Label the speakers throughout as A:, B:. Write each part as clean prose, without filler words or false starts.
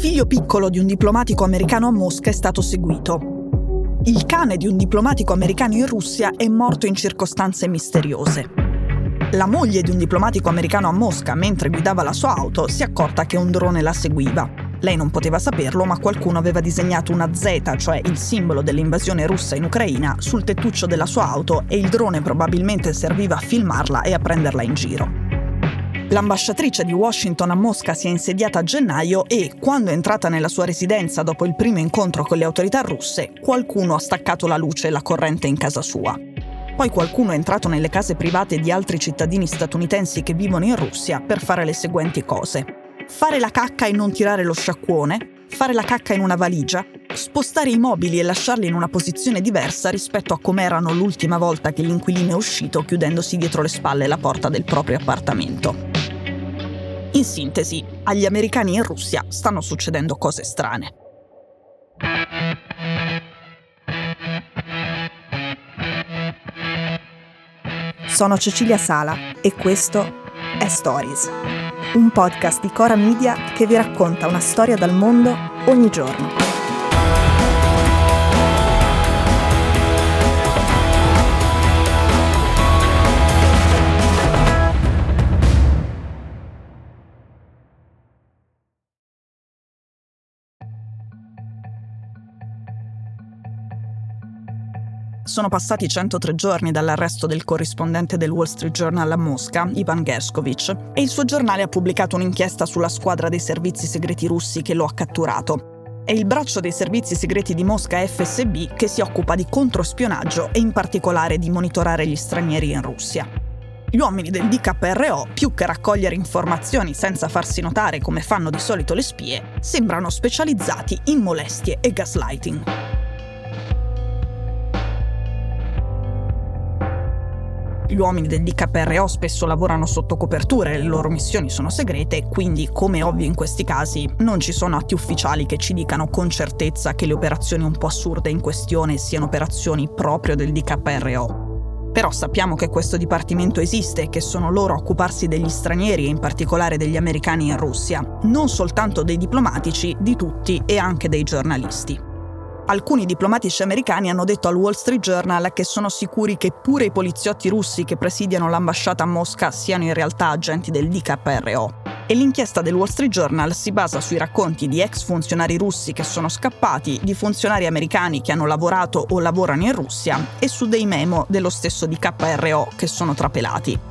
A: figlio piccolo di un diplomatico americano a Mosca è stato seguito. Il cane di un diplomatico americano in Russia è morto in circostanze misteriose. La moglie di un diplomatico americano a Mosca, mentre guidava la sua auto, si è accorta che un drone la seguiva. Lei non poteva saperlo, ma qualcuno aveva disegnato una Z, cioè il simbolo dell'invasione russa in Ucraina, sul tettuccio della sua auto e il drone probabilmente serviva a filmarla e a prenderla in giro. L'ambasciatrice di Washington a Mosca si è insediata a gennaio e, quando è entrata nella sua residenza dopo il primo incontro con le autorità russe, qualcuno ha staccato la luce e la corrente in casa sua. Poi qualcuno è entrato nelle case private di altri cittadini statunitensi che vivono in Russia per fare le seguenti cose: fare la cacca e non tirare lo sciacquone, fare la cacca in una valigia, spostare i mobili e lasciarli in una posizione diversa rispetto a come erano l'ultima volta che l'inquilino è uscito chiudendosi dietro le spalle la porta del proprio appartamento. In sintesi, agli americani in Russia stanno succedendo cose strane.
B: Sono Cecilia Sala e questo è Stories, un podcast di Cora Media che vi racconta una storia dal mondo ogni giorno.
A: Sono passati 103 giorni dall'arresto del corrispondente del Wall Street Journal a Mosca, Ivan Gershkovich, e il suo giornale ha pubblicato un'inchiesta sulla squadra dei servizi segreti russi che lo ha catturato. È il braccio dei servizi segreti di Mosca FSB che si occupa di controspionaggio e in particolare di monitorare gli stranieri in Russia. Gli uomini del DKRO, più che raccogliere informazioni senza farsi notare come fanno di solito le spie, sembrano specializzati in molestie e gaslighting. Gli uomini del DKRO spesso lavorano sotto coperture, le loro missioni sono segrete, quindi, come ovvio in questi casi, non ci sono atti ufficiali che ci dicano con certezza che le operazioni un po' assurde in questione siano operazioni proprio del DKRO. Però sappiamo che questo dipartimento esiste e che sono loro a occuparsi degli stranieri e in particolare degli americani in Russia, non soltanto dei diplomatici, di tutti e anche dei giornalisti. Alcuni diplomatici americani hanno detto al Wall Street Journal che sono sicuri che pure i poliziotti russi che presidiano l'ambasciata a Mosca siano in realtà agenti del DKRO. E l'inchiesta del Wall Street Journal si basa sui racconti di ex funzionari russi che sono scappati, di funzionari americani che hanno lavorato o lavorano in Russia e su dei memo dello stesso DKRO che sono trapelati.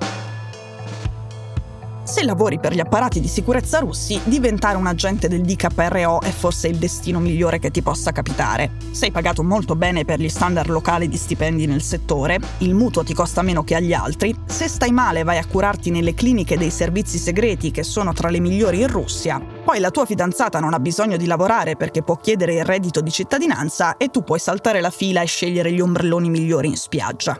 A: Se lavori per gli apparati di sicurezza russi, diventare un agente del DKRO è forse il destino migliore che ti possa capitare. Sei pagato molto bene per gli standard locali di stipendi nel settore, il mutuo ti costa meno che agli altri, se stai male vai a curarti nelle cliniche dei servizi segreti che sono tra le migliori in Russia, poi la tua fidanzata non ha bisogno di lavorare perché può chiedere il reddito di cittadinanza e tu puoi saltare la fila e scegliere gli ombrelloni migliori in spiaggia.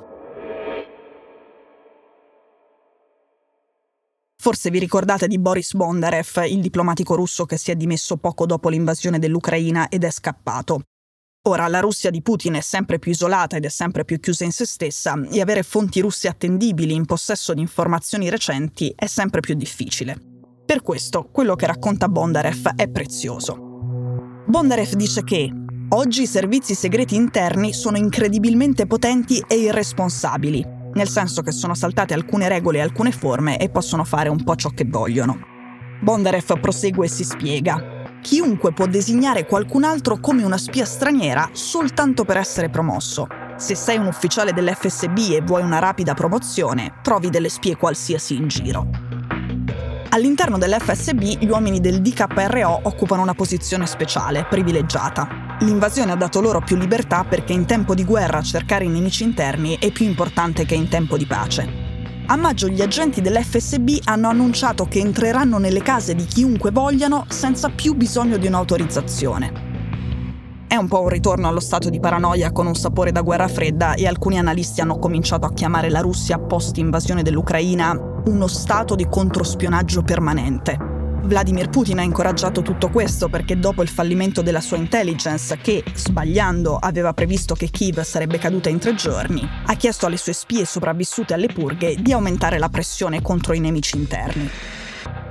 A: Forse vi ricordate di Boris Bondarev, il diplomatico russo che si è dimesso poco dopo l'invasione dell'Ucraina ed è scappato. Ora, la Russia di Putin è sempre più isolata ed è sempre più chiusa in se stessa e avere fonti russe attendibili in possesso di informazioni recenti è sempre più difficile. Per questo, quello che racconta Bondarev è prezioso. Bondarev dice che oggi i servizi segreti interni sono incredibilmente potenti e irresponsabili, nel senso che sono saltate alcune regole e alcune forme e possono fare un po' ciò che vogliono. Bondarev prosegue e si spiega. Chiunque può designare qualcun altro come una spia straniera soltanto per essere promosso. Se sei un ufficiale dell'FSB e vuoi una rapida promozione, trovi delle spie qualsiasi in giro. All'interno dell'FSB, gli uomini del DKRO occupano una posizione speciale, privilegiata. L'invasione ha dato loro più libertà perché in tempo di guerra cercare i nemici interni è più importante che in tempo di pace. A maggio gli agenti dell'FSB hanno annunciato che entreranno nelle case di chiunque vogliano senza più bisogno di un'autorizzazione. È un po' un ritorno allo stato di paranoia con un sapore da guerra fredda e alcuni analisti hanno cominciato a chiamare la Russia post-invasione dell'Ucraina uno stato di controspionaggio permanente. Vladimir Putin ha incoraggiato tutto questo perché dopo il fallimento della sua intelligence, che, sbagliando, aveva previsto che Kiev sarebbe caduta in 3 giorni, ha chiesto alle sue spie sopravvissute alle purghe di aumentare la pressione contro i nemici interni.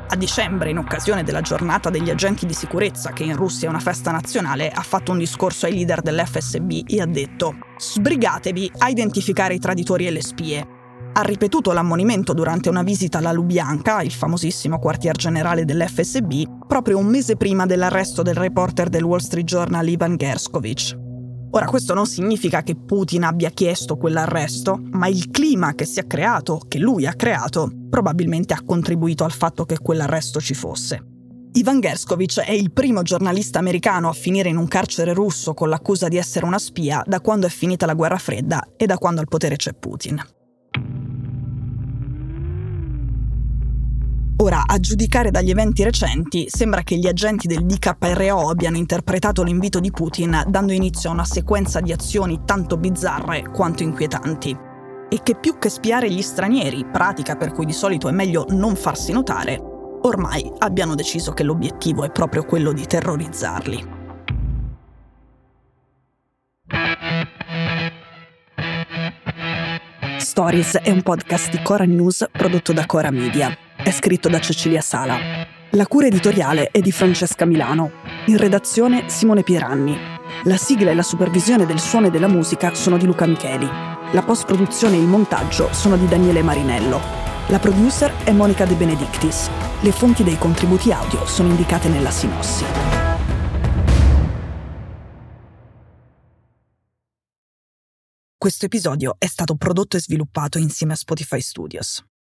A: A dicembre, in occasione della giornata degli agenti di sicurezza, che in Russia è una festa nazionale, ha fatto un discorso ai leader dell'FSB e ha detto: «Sbrigatevi a identificare i traditori e le spie». Ha ripetuto l'ammonimento durante una visita alla Lubjanka, il famosissimo quartier generale dell'FSB, proprio un mese prima dell'arresto del reporter del Wall Street Journal Ivan Gershkovich. Ora, questo non significa che Putin abbia chiesto quell'arresto, ma il clima che si è creato, che lui ha creato, probabilmente ha contribuito al fatto che quell'arresto ci fosse. Ivan Gershkovich è il primo giornalista americano a finire in un carcere russo con l'accusa di essere una spia da quando è finita la guerra fredda e da quando al potere c'è Putin. Ora, a giudicare dagli eventi recenti, sembra che gli agenti del DKRO abbiano interpretato l'invito di Putin dando inizio a una sequenza di azioni tanto bizzarre quanto inquietanti. E che più che spiare gli stranieri, pratica per cui di solito è meglio non farsi notare, ormai abbiano deciso che l'obiettivo è proprio quello di terrorizzarli.
B: Stories è un podcast di Cora News prodotto da Cora Media. È scritto da Cecilia Sala. La cura editoriale è di Francesca Milano. In redazione Simone Pieranni. La sigla e la supervisione del suono e della musica sono di Luca Micheli. La post-produzione e il montaggio sono di Daniele Marinello. La producer è Monica De Benedictis. Le fonti dei contributi audio sono indicate nella sinossi.
A: Questo episodio è stato prodotto e sviluppato insieme a Spotify Studios.